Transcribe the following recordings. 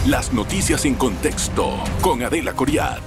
Las noticias en contexto con Adela Coriad.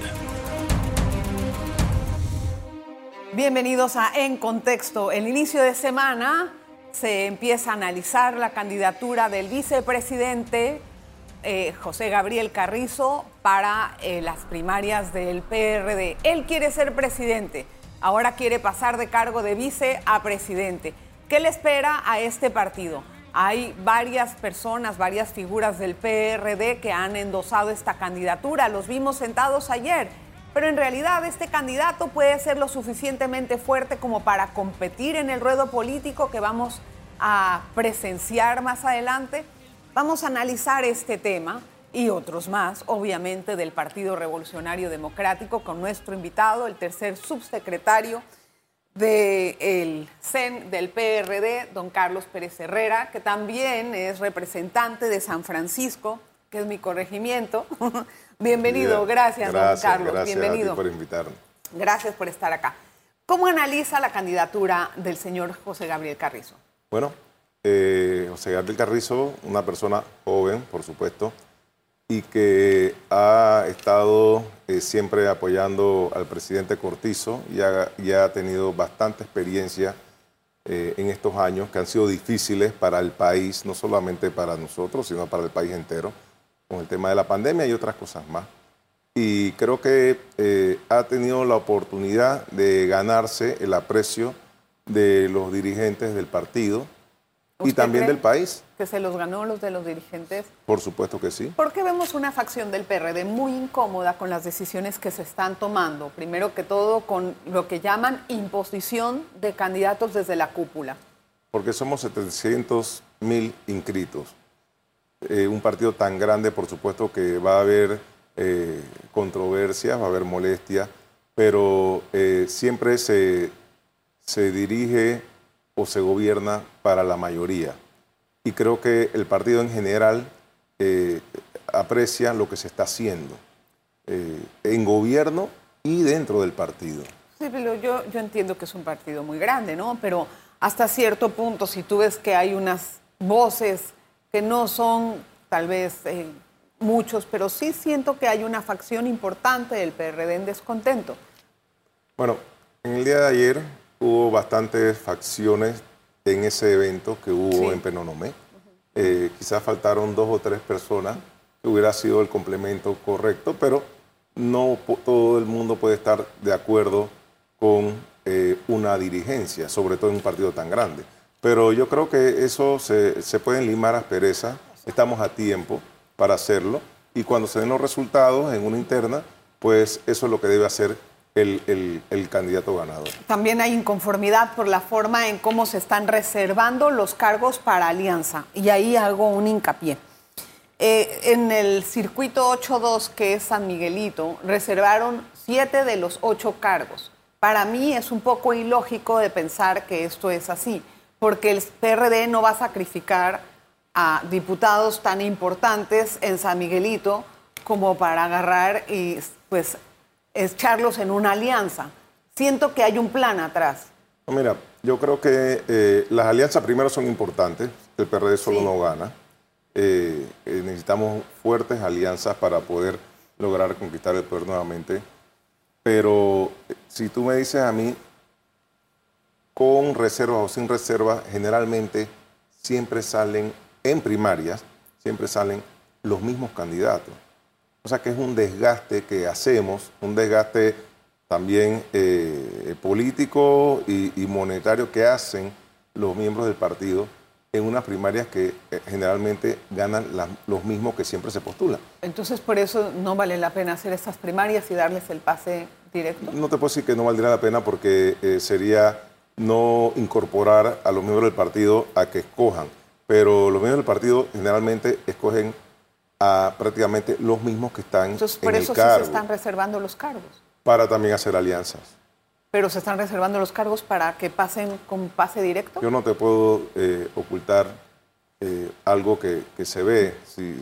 Bienvenidos a En Contexto. El inicio de semana se empieza a analizar la candidatura del vicepresidente José Gabriel Carrizo para las primarias del PRD. Él quiere ser presidente, ahora quiere pasar de cargo de vice a presidente. ¿Qué le espera a este partido? Hay varias personas, varias figuras del PRD que han endosado esta candidatura. Los vimos sentados ayer, pero en realidad este candidato puede ser lo suficientemente fuerte como para competir en el ruedo político que vamos a presenciar más adelante. Vamos a analizar este tema y otros más, obviamente, del Partido Revolucionario Democrático con nuestro invitado, el tercer subsecretario del CEN del PRD, don Carlos Pérez Herrera, que también es representante de San Francisco, que es mi corregimiento. Bienvenido, gracias, don Carlos. Gracias, bienvenido. A ti por invitarme. Gracias por estar acá. ¿Cómo analiza la candidatura del señor José Gabriel Carrizo? Bueno, José Gabriel Carrizo, una persona joven, por supuesto, y que ha estado siempre apoyando al presidente Cortizo y ha tenido bastante experiencia en estos años que han sido difíciles para el país, no solamente para nosotros, sino para el país entero, con el tema de la pandemia y otras cosas más. Y creo que ha tenido la oportunidad de ganarse el aprecio de los dirigentes del partido y también del país. ¿Que se los ganó los de los dirigentes? Por supuesto que sí. ¿Por qué vemos una facción del PRD muy incómoda con las decisiones que se están tomando? Primero que todo, con lo que llaman imposición de candidatos desde la cúpula. Porque somos 700.000 inscritos. Un partido tan grande, por supuesto que va a haber controversias, va a haber molestias, pero siempre se dirige o se gobierna para la mayoría. Y creo que el partido en general aprecia lo que se está haciendo en gobierno y dentro del partido. Sí, pero yo entiendo que es un partido muy grande, ¿no? Pero hasta cierto punto, si tú ves que hay unas voces que no son tal vez muchos, pero sí siento que hay una facción importante del PRD en descontento. Bueno, en el día de ayer hubo bastantes facciones en ese evento que hubo en Penonomé. Quizás faltaron 2 o 3 personas que hubiera sido el complemento correcto, pero no todo el mundo puede estar de acuerdo con una dirigencia, sobre todo en un partido tan grande. Pero yo creo que eso se pueden limar asperezas, estamos a tiempo para hacerlo, y cuando se den los resultados en una interna, pues eso es lo que debe hacer el candidato ganador. También hay inconformidad por la forma en cómo se están reservando los cargos para alianza, y ahí hago un hincapié. En el circuito 8-2, que es San Miguelito, reservaron 7 de los 8 cargos. Para mí es un poco ilógico de pensar que esto es así, porque el PRD no va a sacrificar a diputados tan importantes en San Miguelito como para agarrar y pues echarlos en una alianza. Siento que hay un plan atrás. Mira, yo creo que las alianzas primero son importantes. El PRD solo no gana. Necesitamos fuertes alianzas para poder lograr conquistar el poder nuevamente. Pero si tú me dices a mí, con reservas o sin reservas, generalmente siempre salen, en primarias, siempre salen los mismos candidatos. O sea que es un desgaste que hacemos, un desgaste también político y monetario que hacen los miembros del partido en unas primarias que generalmente ganan los mismos que siempre se postulan. Entonces, por eso no vale la pena hacer estas primarias y darles el pase directo. No te puedo decir que no valdría la pena porque sería no incorporar a los miembros del partido a que escojan, pero los miembros del partido generalmente escogen a prácticamente los mismos que están Entonces, por en el eso cargo. sí se están reservando los cargos. Para también hacer alianzas. ¿Pero se están reservando los cargos para que pasen con pase directo? Yo no te puedo ocultar algo que se ve.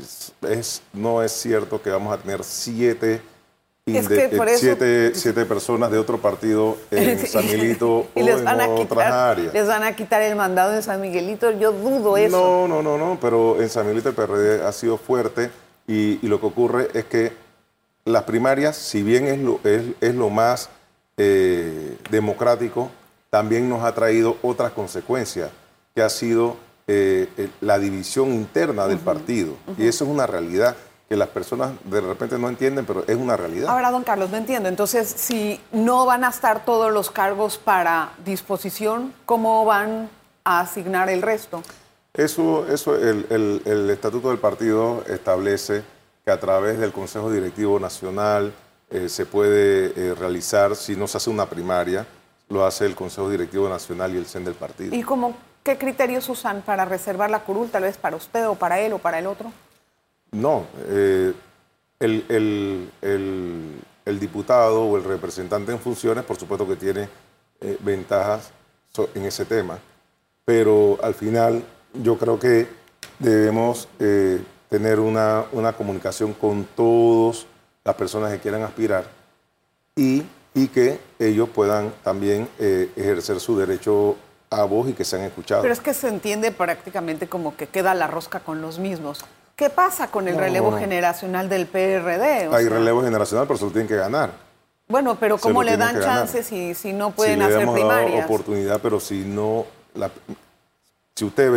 No es cierto que vamos a tener 7 personas de otro partido en San Miguelito o en otras áreas. ¿Les van a quitar el mandado en San Miguelito? Yo dudo eso. No, pero en San Miguelito el PRD ha sido fuerte Y lo que ocurre es que las primarias, si bien es lo más democrático, también nos ha traído otras consecuencias, que ha sido la división interna del partido. Y eso es una realidad que las personas de repente no entienden, pero es una realidad. Ahora, don Carlos, no entiendo. Entonces, si no van a estar todos los cargos para disposición, ¿cómo van a asignar el resto? Eso el estatuto del partido establece que a través del Consejo Directivo Nacional se puede realizar, si no se hace una primaria, lo hace el Consejo Directivo Nacional y el CEN del partido. ¿Y qué criterios usan para reservar la curul, tal vez para usted o para él o para el otro? No, el diputado o el representante en funciones, por supuesto que tiene ventajas en ese tema, pero al final yo creo que debemos tener una comunicación con todas las personas que quieran aspirar y que ellos puedan también ejercer su derecho a voz y que sean escuchados. Pero es que se entiende prácticamente como que queda la rosca con los mismos. ¿Qué pasa con el relevo generacional del PRD? Hay relevo generacional, pero se lo tienen que ganar. Bueno, pero ¿cómo le dan chances si no pueden hacer primarias? Le hemos dado oportunidad, pero si no... Si usted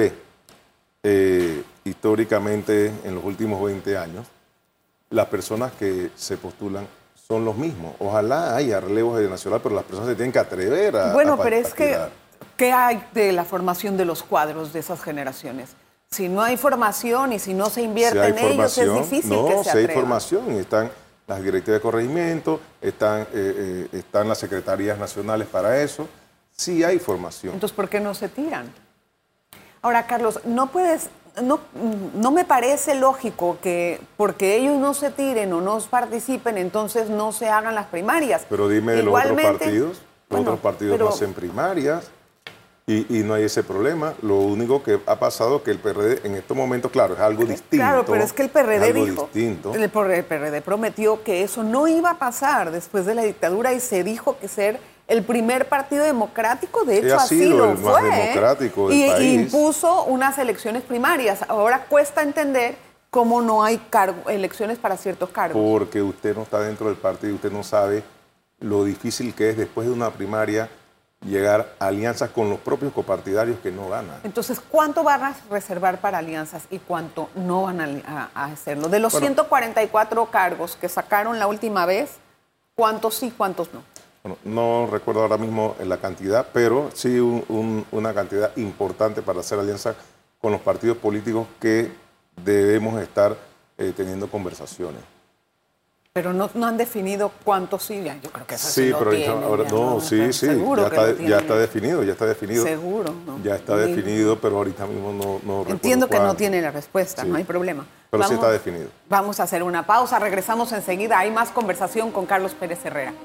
ve históricamente en los últimos 20 años, las personas que se postulan son los mismos. Ojalá haya relevo generacional, pero las personas se tienen que atrever a pero es que, ¿qué hay de la formación de los cuadros de esas generaciones? Si no hay formación y si no se invierte en ellos, es difícil que se atrevan. Si hay formación, y están las directivas de corregimiento, están las secretarías nacionales para eso. Sí hay formación. Entonces, ¿por qué no se tiran? Ahora, Carlos, no me parece lógico que porque ellos no se tiren o no participen, entonces no se hagan las primarias. Pero dime de los otros partidos. Los otros partidos no hacen primarias. Y no hay ese problema. Lo único que ha pasado es que el PRD en estos momentos, claro, es algo distinto. Claro, pero es que el PRD dijo, distinto. El PRD prometió que eso no iba a pasar después de la dictadura y se dijo que ser el primer partido democrático, de hecho así lo fue. Más democrático del país. Y impuso unas elecciones primarias. Ahora cuesta entender cómo no hay elecciones para ciertos cargos. Porque usted no está dentro del partido, usted no sabe lo difícil que es después de una primaria llegar a alianzas con los propios copartidarios que no ganan. Entonces, ¿cuánto van a reservar para alianzas y cuánto no van a hacerlo? De los 144 cargos que sacaron la última vez, ¿cuántos sí, cuántos no? Bueno, no recuerdo ahora mismo la cantidad, pero sí una cantidad importante para hacer alianzas con los partidos políticos que debemos estar teniendo conversaciones. Pero no han definido cuántos sí, yo creo que eso sí lo pero tienen. Ahora, sí, ya está definido. Seguro, ¿no? Ya está definido, pero ahorita mismo no entiendo que cuándo. no tiene la respuesta, sí. No hay problema. Pero sí está definido. Vamos a hacer una pausa, regresamos enseguida. Hay más conversación con Carlos Pérez Herrera.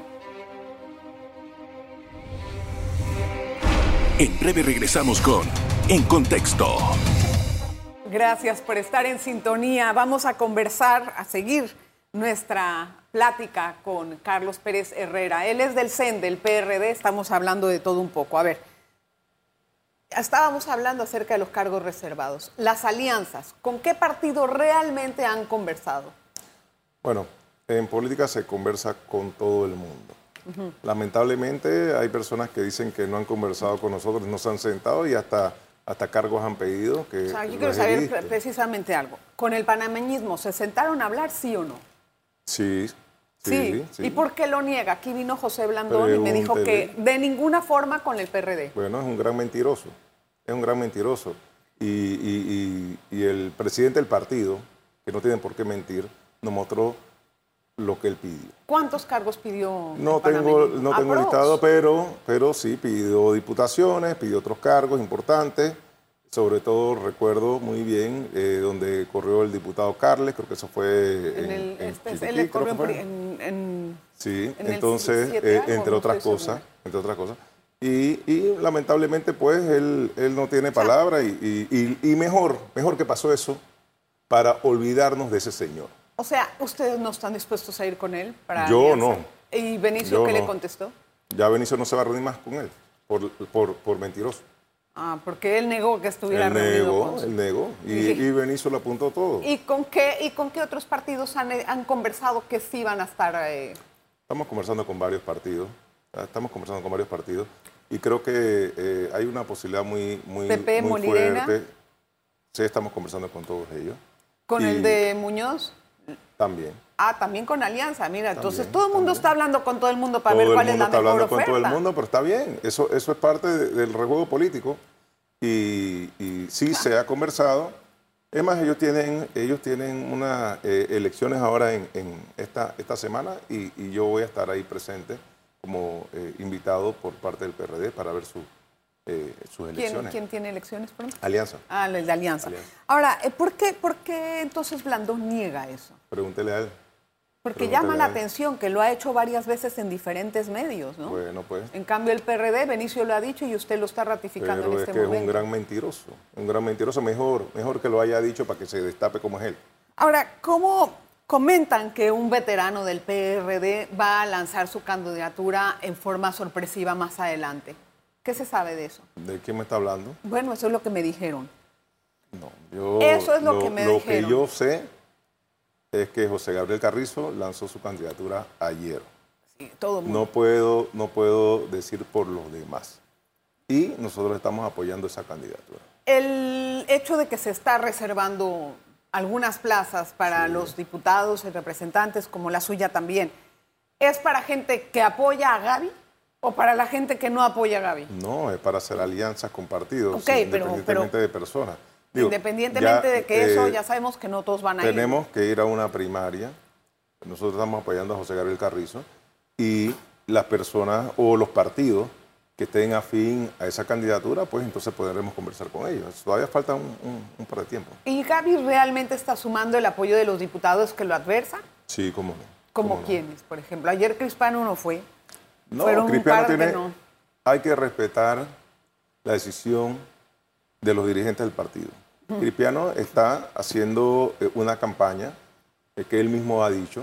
En breve regresamos con En Contexto. Gracias por estar en sintonía. Vamos a conversar, a seguir nuestra plática con Carlos Pérez Herrera. Él es del CEN, del PRD, estamos hablando de todo un poco. A ver, estábamos hablando acerca de los cargos reservados. Las alianzas, ¿con qué partido realmente han conversado? Bueno, en política se conversa con todo el mundo. Lamentablemente hay personas que dicen que no han conversado con nosotros, no se han sentado y hasta cargos han pedido. Yo quiero saber precisamente algo. ¿Con el panameñismo se sentaron a hablar, sí o no? Sí. ¿Y por qué lo niega? Aquí vino José Blandón y me dijo que de ninguna forma con el PRD. Bueno, es un gran mentiroso. Y el presidente del partido, que no tiene por qué mentir, nos mostró lo que él pidió. ¿Cuántos cargos pidió? No tengo listado, pero sí pidió diputaciones, pidió otros cargos importantes. Sobre todo recuerdo muy bien donde corrió el diputado Carles, creo que eso fue él le corrió sí, entonces, entre otras cosas. Y lamentablemente, pues, él no tiene palabra y mejor que pasó eso para olvidarnos de ese señor. O sea, ¿ustedes no están dispuestos a ir con él? Yo no. ¿Y Benicio qué le contestó? Ya Benicio no se va a reunir más con él por mentiroso. Ah, porque él negó que estuviera reunido con... Él negó. Y Benicio lo apuntó todo. ¿Y con qué otros partidos han conversado que sí van a estar...? Estamos conversando con varios partidos. Y creo que hay una posibilidad muy PP, muy Molirena. fuerte. Sí, estamos conversando con todos ellos. ¿Con el de Muñoz? También. Ah, también con Alianza. Mira, entonces También, todo el mundo está hablando con todo el mundo para ver Todo el cuál es mundo la está mejor hablando oferta. con todo el mundo, pero está bien. Eso es parte del rejuego político. Y sí se ha conversado. Es más, ellos tienen unas elecciones ahora en esta semana y yo voy a estar ahí presente como invitado por parte del PRD para ver sus elecciones. ¿Quién tiene elecciones pronto? Alianza. Ah, el de Alianza. Ahora, ¿por qué entonces Blandón niega eso? Pregúntele a él. Porque llama la atención que lo ha hecho varias veces en diferentes medios, ¿no? Bueno, pues. En cambio, el PRD, Benicio lo ha dicho y usted lo está ratificando Pero en este es que momento. es un gran mentiroso. Mejor que lo haya dicho para que se destape como es él. Ahora, ¿cómo comentan que un veterano del PRD va a lanzar su candidatura en forma sorpresiva más adelante? ¿Qué se sabe de eso? ¿De quién me está hablando? Bueno, eso es lo que me dijeron. No, Eso es lo que me dijeron. Lo que yo sé es que José Gabriel Carrizo lanzó su candidatura ayer. Sí, todo el mundo. No puedo decir por los demás. Y nosotros estamos apoyando esa candidatura. El hecho de que se está reservando algunas plazas para los diputados y representantes, como la suya también, ¿es para gente que apoya a Gaby o para la gente que no apoya a Gaby? No, es para hacer alianzas con partidos, Okay, independientemente de personas. Digo, independientemente de que eso, ya sabemos que no todos van a ir. Tenemos que ir a una primaria. Nosotros estamos apoyando a José Gabriel Carrizo y las personas o los partidos que estén afín a esa candidatura, pues entonces podremos conversar con ellos. Todavía falta un par de tiempo. ¿Y Gaby realmente está sumando el apoyo de los diputados que lo adversan? Sí, cómo no. ¿Como quiénes, por ejemplo? Ayer Crispano no fue. No, Fueron un Crispano par que tiene... no. Hay que respetar la decisión de los dirigentes del partido. Crispano está haciendo una campaña que él mismo ha dicho,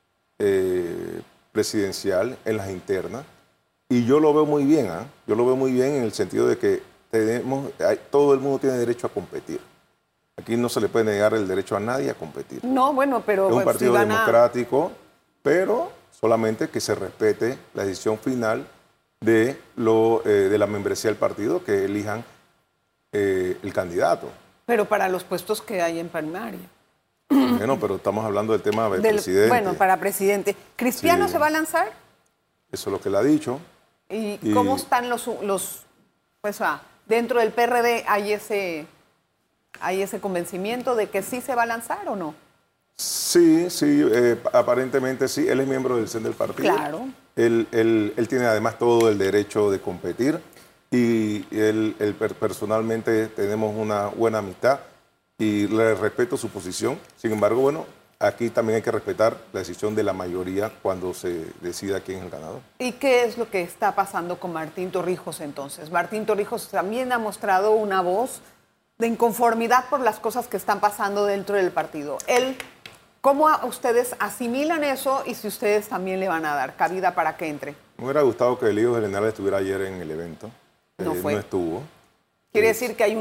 presidencial en las internas, y yo lo veo muy bien, yo lo veo muy bien en el sentido de que todo el mundo tiene derecho a competir. Aquí no se le puede negar el derecho a nadie a competir. No, bueno, pero... Es un pues, partido si democrático, pero solamente que se respete la decisión final de la membresía del partido, que elijan el candidato. Pero para los puestos que hay en primaria. Bueno, pero estamos hablando del tema del presidente. Bueno, para presidente. ¿Cristiano se va a lanzar? Eso es lo que él ha dicho. ¿Y cómo están pues dentro del PRD hay ese convencimiento de que sí se va a lanzar o no? Sí, aparentemente sí. Él es miembro del CEN del partido. Claro. Él tiene además todo el derecho de competir y él personalmente tenemos una buena amistad y le respeto su posición. Sin embargo, bueno, aquí también hay que respetar la decisión de la mayoría cuando se decida quién es el ganador. ¿Y qué es lo que está pasando con Martín Torrijos entonces? Martín Torrijos también ha mostrado una voz de inconformidad por las cosas que están pasando dentro del partido. ¿Cómo ustedes asimilan eso y si ustedes también le van a dar cabida para que entre? Me hubiera gustado que el hijo de General estuviera ayer en el evento. No fue. No estuvo. Quiere decir que hay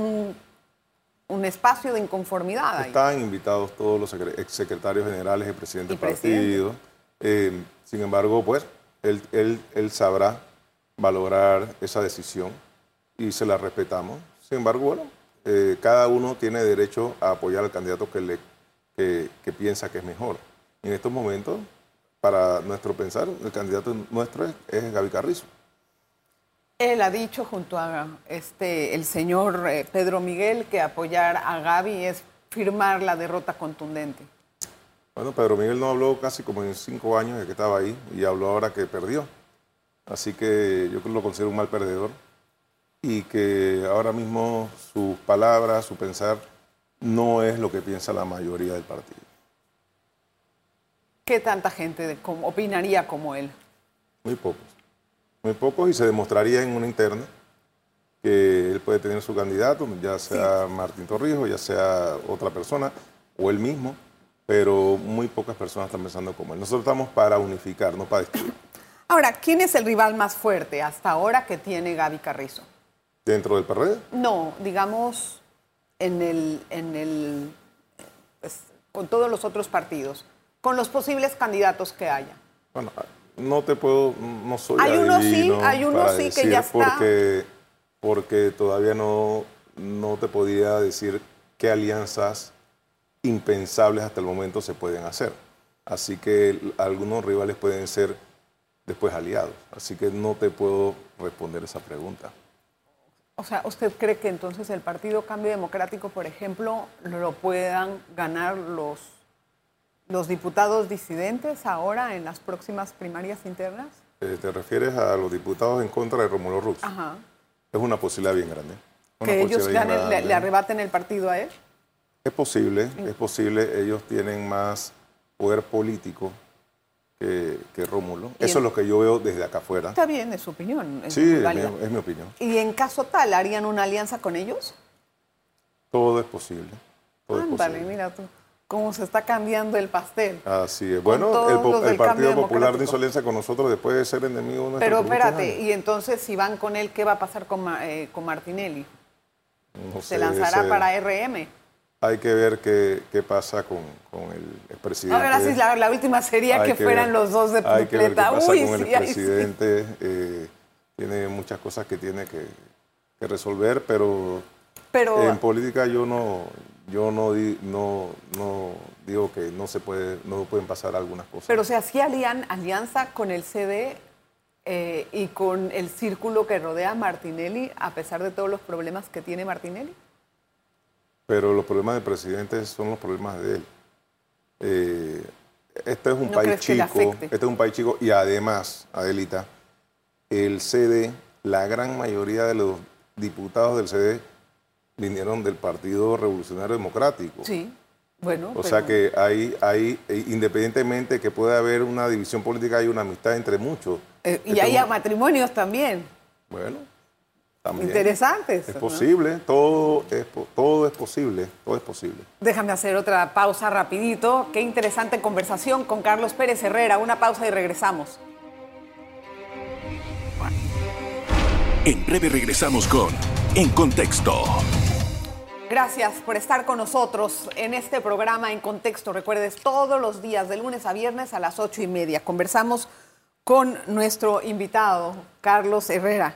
un espacio de inconformidad ahí. Están invitados todos los exsecretarios generales y presidentes del partido. Sin embargo, pues, él sabrá valorar esa decisión y se la respetamos. Sin embargo, bueno, cada uno tiene derecho a apoyar al candidato que piensa que es mejor. En estos momentos, para nuestro pensar, el candidato nuestro es Gaby Carrizo. Él ha dicho junto a el señor Pedro Miguel que apoyar a Gaby es firmar la derrota contundente. Bueno, Pedro Miguel no habló casi como en 5 años de que estaba ahí y habló ahora que perdió. Así que yo creo que lo considero un mal perdedor y que ahora mismo sus palabras, su pensar, no es lo que piensa la mayoría del partido. ¿Qué tanta gente opinaría como él? Muy pocos. Muy pocos y se demostraría en una interna que él puede tener su candidato, ya sea Martín Torrijos, ya sea otra persona o él mismo, pero muy pocas personas están pensando como él. Nosotros estamos para unificar, no para destruir. Ahora, ¿quién es el rival más fuerte hasta ahora que tiene Gaby Carrizo? ¿Dentro del PRD? No, digamos, pues, con todos los otros partidos, con los posibles candidatos que haya. Bueno, no te puedo, no soy hay uno para sí decir que ya está. Porque todavía no te podía decir qué alianzas impensables hasta el momento se pueden hacer. Así que algunos rivales pueden ser después aliados. Así que no te puedo responder esa pregunta. O sea, ¿usted cree que entonces el Partido Cambio Democrático, por ejemplo, lo puedan ganar los diputados disidentes ahora en las próximas primarias internas? ¿Te refieres a los diputados en contra de Rómulo Rux? Ajá. Es una posibilidad bien grande. ¿Que ellos le arrebaten el partido a él? Es posible. Ellos tienen más poder político que Rómulo. Eso es lo que yo veo desde acá afuera. Está bien, es su opinión. Sí, es mi opinión. ¿Y en caso tal, harían una alianza con ellos? Todo es posible. Ándale, mira tú, cómo se está cambiando el pastel. Así es. Bueno, el Partido Popular no hizo alianza con nosotros después de ser enemigo de nuestro. Pero espérate, y entonces si van con él, ¿qué va a pasar con Martinelli? No ¿Se lanzará para RM? Hay que ver qué pasa con el presidente. Ahora sí, la última sería que fueran los dos de dupleta. Hay que ver qué pasa con el presidente. Sí. Tiene muchas cosas que tiene que resolver, pero en política yo no digo que no pueden pasar algunas cosas. Pero se hacía alianza con el CD y con el círculo que rodea a Martinelli, a pesar de todos los problemas que tiene Martinelli. Pero los problemas del presidente son los problemas de él. Este es un país chico, y además, Adelita, el CD, la gran mayoría de los diputados del CD vinieron del Partido Revolucionario Democrático. Sí, bueno. O sea que hay, independientemente que pueda haber una división política, hay una amistad entre muchos. Y hay matrimonios también. Bueno, también. Interesantes. Es posible, todo es posible. Déjame hacer otra pausa rapidito. Qué interesante conversación con Carlos Pérez Herrera. Una pausa y regresamos. En breve regresamos con En Contexto. Gracias por estar con nosotros en este programa En Contexto. Recuerdes, todos los días, de lunes a viernes a las 8:30. Conversamos con nuestro invitado, Carlos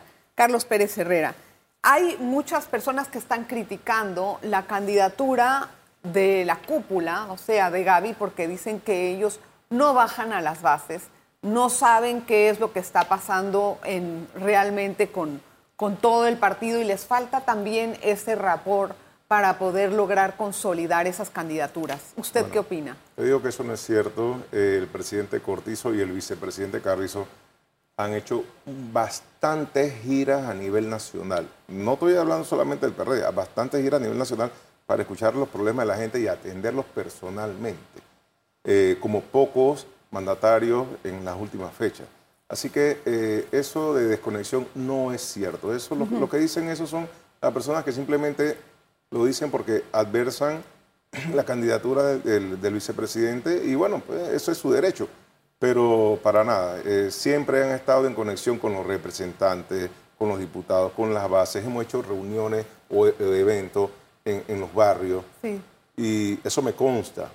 Pérez Herrera. Hay muchas personas que están criticando la candidatura de la cúpula, o sea, de Gaby, porque dicen que ellos no bajan a las bases, no saben qué es lo que está pasando realmente con todo el partido y les falta también ese rapport para poder lograr consolidar esas candidaturas. ¿Usted qué opina? Yo digo que eso no es cierto. El presidente Cortizo y el vicepresidente Carrizo han hecho bastantes giras a nivel nacional. No estoy hablando solamente del PRD, bastantes giras a nivel nacional para escuchar los problemas de la gente y atenderlos personalmente, como pocos mandatarios en las últimas fechas. Así que eso de desconexión no es cierto. Eso lo que dicen esos son las personas que simplemente lo dicen porque adversan la candidatura del vicepresidente y bueno, pues eso es su derecho. Pero para nada, siempre han estado en conexión con los representantes, con los diputados, con las bases. Hemos hecho reuniones o eventos en los barrios. Sí. Y eso me consta.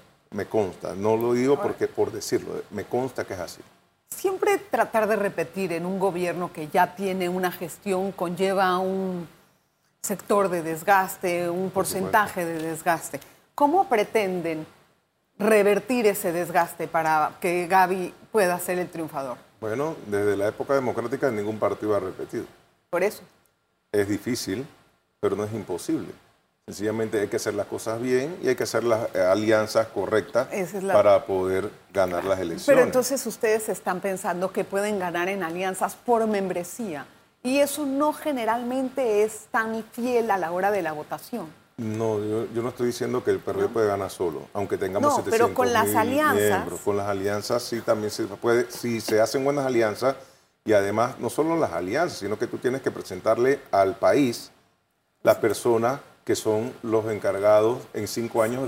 No lo digo porque por decirlo, me consta que es así. Siempre tratar de repetir en un gobierno que ya tiene una gestión conlleva un sector de desgaste, un porcentaje de desgaste. ¿Cómo pretenden revertir ese desgaste para que Gaby pueda ser el triunfador? Bueno, desde la época democrática ningún partido ha repetido. Por eso. Es difícil, pero no es imposible. Sencillamente hay que hacer las cosas bien y hay que hacer las alianzas correctas para poder ganar las elecciones. Pero entonces ustedes están pensando que pueden ganar en alianzas por membresía y eso no generalmente es tan fiel a la hora de la votación. No, yo no estoy diciendo que el PRD puede ganar solo, aunque tengamos 700.000 pero con las alianzas, miembros. Con las alianzas sí también se puede, si se hacen buenas alianzas y además no solo las alianzas, sino que tú tienes que presentarle al país las personas que son los encargados en 5 años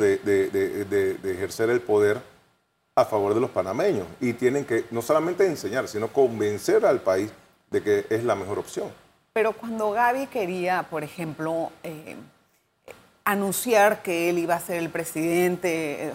de ejercer el poder a favor de los panameños. Y tienen que no solamente enseñar, sino convencer al país de que es la mejor opción. Pero cuando Gaby quería, por ejemplo, anunciar que él iba a ser el presidente,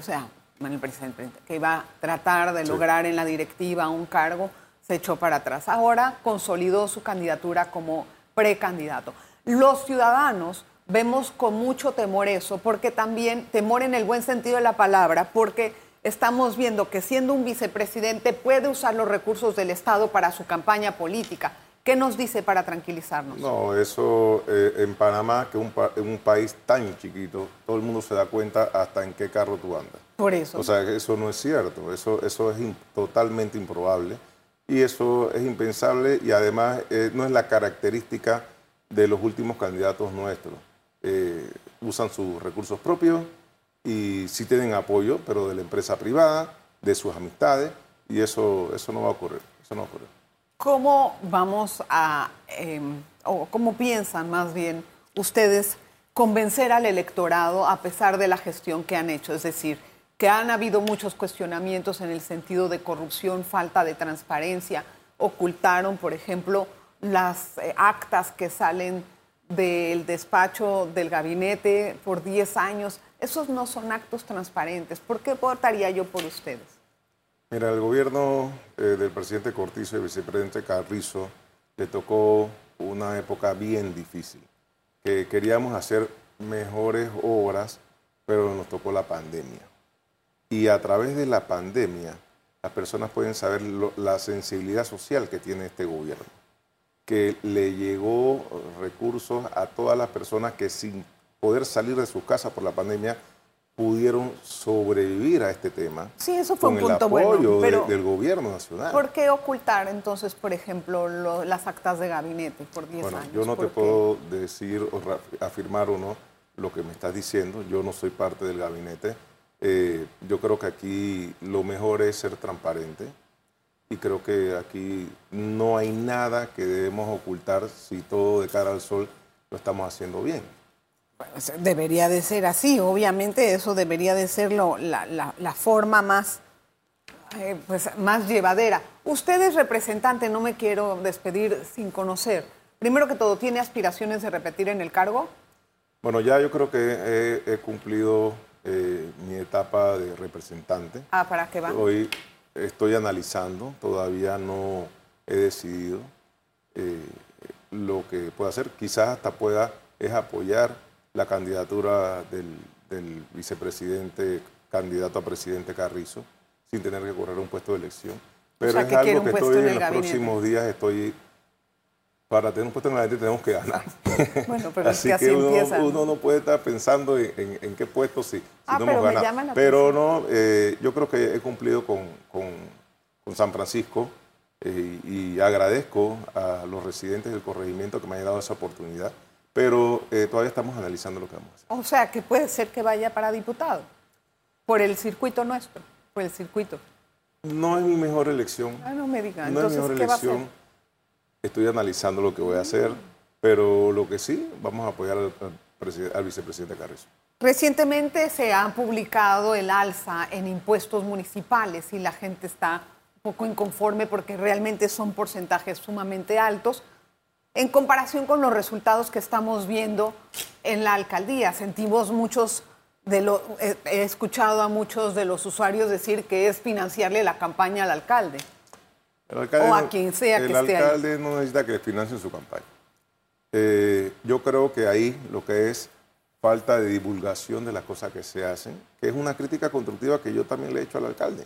que iba a tratar de lograr en la directiva un cargo, se echó para atrás. Ahora consolidó su candidatura como precandidato. Los ciudadanos vemos con mucho temor eso, porque también, temor en el buen sentido de la palabra, porque estamos viendo que siendo un vicepresidente puede usar los recursos del Estado para su campaña política. ¿Qué nos dice para tranquilizarnos? No, eso en Panamá, que es un país tan chiquito, todo el mundo se da cuenta hasta en qué carro tú andas. Por eso. O sea, eso no es cierto, eso es totalmente improbable y eso es impensable y además no es la característica de los últimos candidatos nuestros. Usan sus recursos propios y sí tienen apoyo, pero de la empresa privada, de sus amistades, y eso no va a ocurrir. Eso no va a ocurrir. ¿Cómo vamos a, o cómo piensan más bien ustedes convencer al electorado a pesar de la gestión que han hecho? Es decir, que han habido muchos cuestionamientos en el sentido de corrupción, falta de transparencia, ocultaron, por ejemplo, las actas que salen del despacho del gabinete por 10 años. Esos no son actos transparentes. ¿Por qué votaría yo por ustedes? Mira, el gobierno del presidente Cortizo y el vicepresidente Carrizo le tocó una época bien difícil, que queríamos hacer mejores obras, pero nos tocó la pandemia. Y a través de la pandemia, las personas pueden saber la sensibilidad social que tiene este gobierno, que le llegó recursos a todas las personas que sin poder salir de sus casas por la pandemia pudieron sobrevivir a este tema. Sí, eso fue con un punto el apoyo bueno, pero del gobierno nacional. ¿por qué ocultar entonces, por ejemplo, las actas de gabinete por 10 años? Yo no te puedo decir o afirmar o no lo que me estás diciendo. Yo no soy parte del gabinete. Yo creo que aquí lo mejor es ser transparente y creo que aquí no hay nada que debemos ocultar si todo de cara al sol lo estamos haciendo bien. Pues debería de ser así, obviamente eso debería de ser la forma más, más llevadera. Usted es representante, no me quiero despedir sin conocer. Primero que todo, ¿tiene aspiraciones de repetir en el cargo? Bueno, ya yo creo que he cumplido mi etapa de representante. ¿Para qué va? Hoy estoy analizando, todavía no he decidido lo que puedo hacer. Quizás hasta pueda apoyar la candidatura del vicepresidente, candidato a presidente Carrizo, sin tener que correr un puesto de elección. Pero es algo que estoy en los próximos días, para tener un puesto en el gabinete tenemos que ganar. Bueno, pero así es que así empieza. Uno no puede estar pensando en qué puesto si no pero hemos ganado. me llama la Pero no, yo creo que he cumplido con San Francisco y agradezco a los residentes del corregimiento que me hayan dado esa oportunidad. Pero todavía estamos analizando lo que vamos a hacer. O sea, que puede ser que vaya para diputado, por el circuito nuestro, por el circuito. No es mi mejor elección. No me digan. No es mi mejor elección. Estoy analizando lo que voy a hacer, pero lo que sí, vamos a apoyar al vicepresidente Carrizo. Recientemente se ha publicado el alza en impuestos municipales y la gente está un poco inconforme porque realmente son porcentajes sumamente altos. En comparación con los resultados que estamos viendo en la alcaldía, sentimos he escuchado a muchos de los usuarios decir que es financiarle la campaña al alcalde. O a quien sea que esté ahí. El alcalde no necesita que le financien su campaña. Yo creo que ahí lo que es falta de divulgación de las cosas que se hacen, que es una crítica constructiva que yo también le he hecho al alcalde.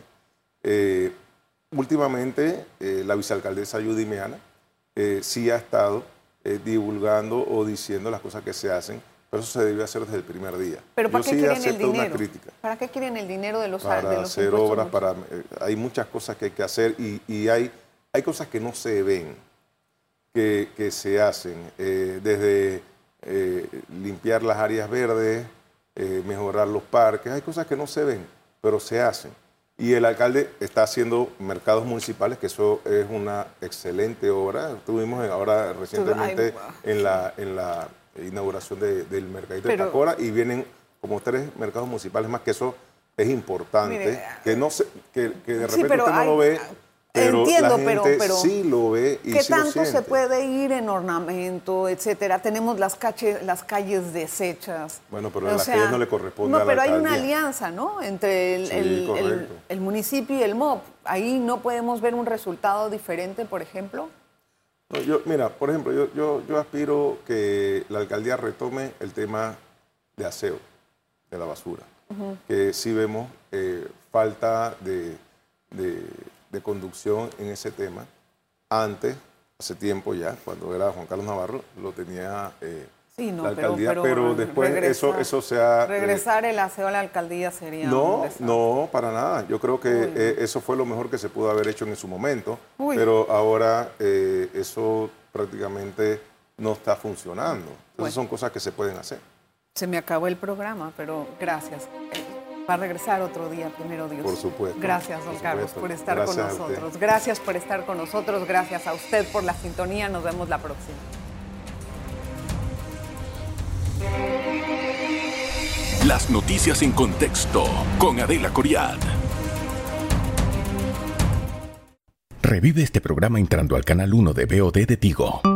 Últimamente, la vicealcaldesa Judy Meana sí ha estado divulgando o diciendo las cosas que se hacen, pero eso se debe hacer desde el primer día. ¿Pero para qué quieren el dinero? Una crítica. ¿Para qué quieren el dinero de los Para hacer obras, hay muchas cosas que hay que hacer y hay cosas que no se ven, que se hacen, desde limpiar las áreas verdes, mejorar los parques, hay cosas que no se ven, pero se hacen. Y el alcalde está haciendo mercados municipales, que eso es una excelente obra. Estuvimos ahora recientemente en la inauguración del mercadito de Tacora y vienen como 3 mercados municipales más, que eso es importante. Mire, que de repente usted no lo ve Pero entiendo, la gente pero sí lo ve y ¿qué sí lo tanto siente. se puede ir en ornamento, etcétera? Tenemos las calles deshechas. Bueno, pero en las calles no le corresponde a la pero hay una alcaldía. alianza, ¿no? Entre el municipio y el MOP. Ahí no podemos ver un resultado diferente, por ejemplo. No, mira, por ejemplo, yo aspiro que la alcaldía retome el tema de aseo de la basura, que sí vemos falta de conducción en ese tema. Antes, hace tiempo ya, cuando era Juan Carlos Navarro, lo tenía la alcaldía, pero después eso se ha... regresar el aseo a la alcaldía sería un desastre. No, para nada. Yo creo que eso fue lo mejor que se pudo haber hecho en su momento, pero ahora eso prácticamente no está funcionando. Entonces son cosas que se pueden hacer. Se me acabó el programa, pero gracias. Va a regresar otro día, primero Dios. Por supuesto. Gracias, don Carlos, por estar con nosotros. Gracias por estar con nosotros. Gracias a usted por la sintonía. Nos vemos la próxima. Las noticias en contexto con Adela Coriad. Revive este programa entrando al canal 1 de VOD de Tigo.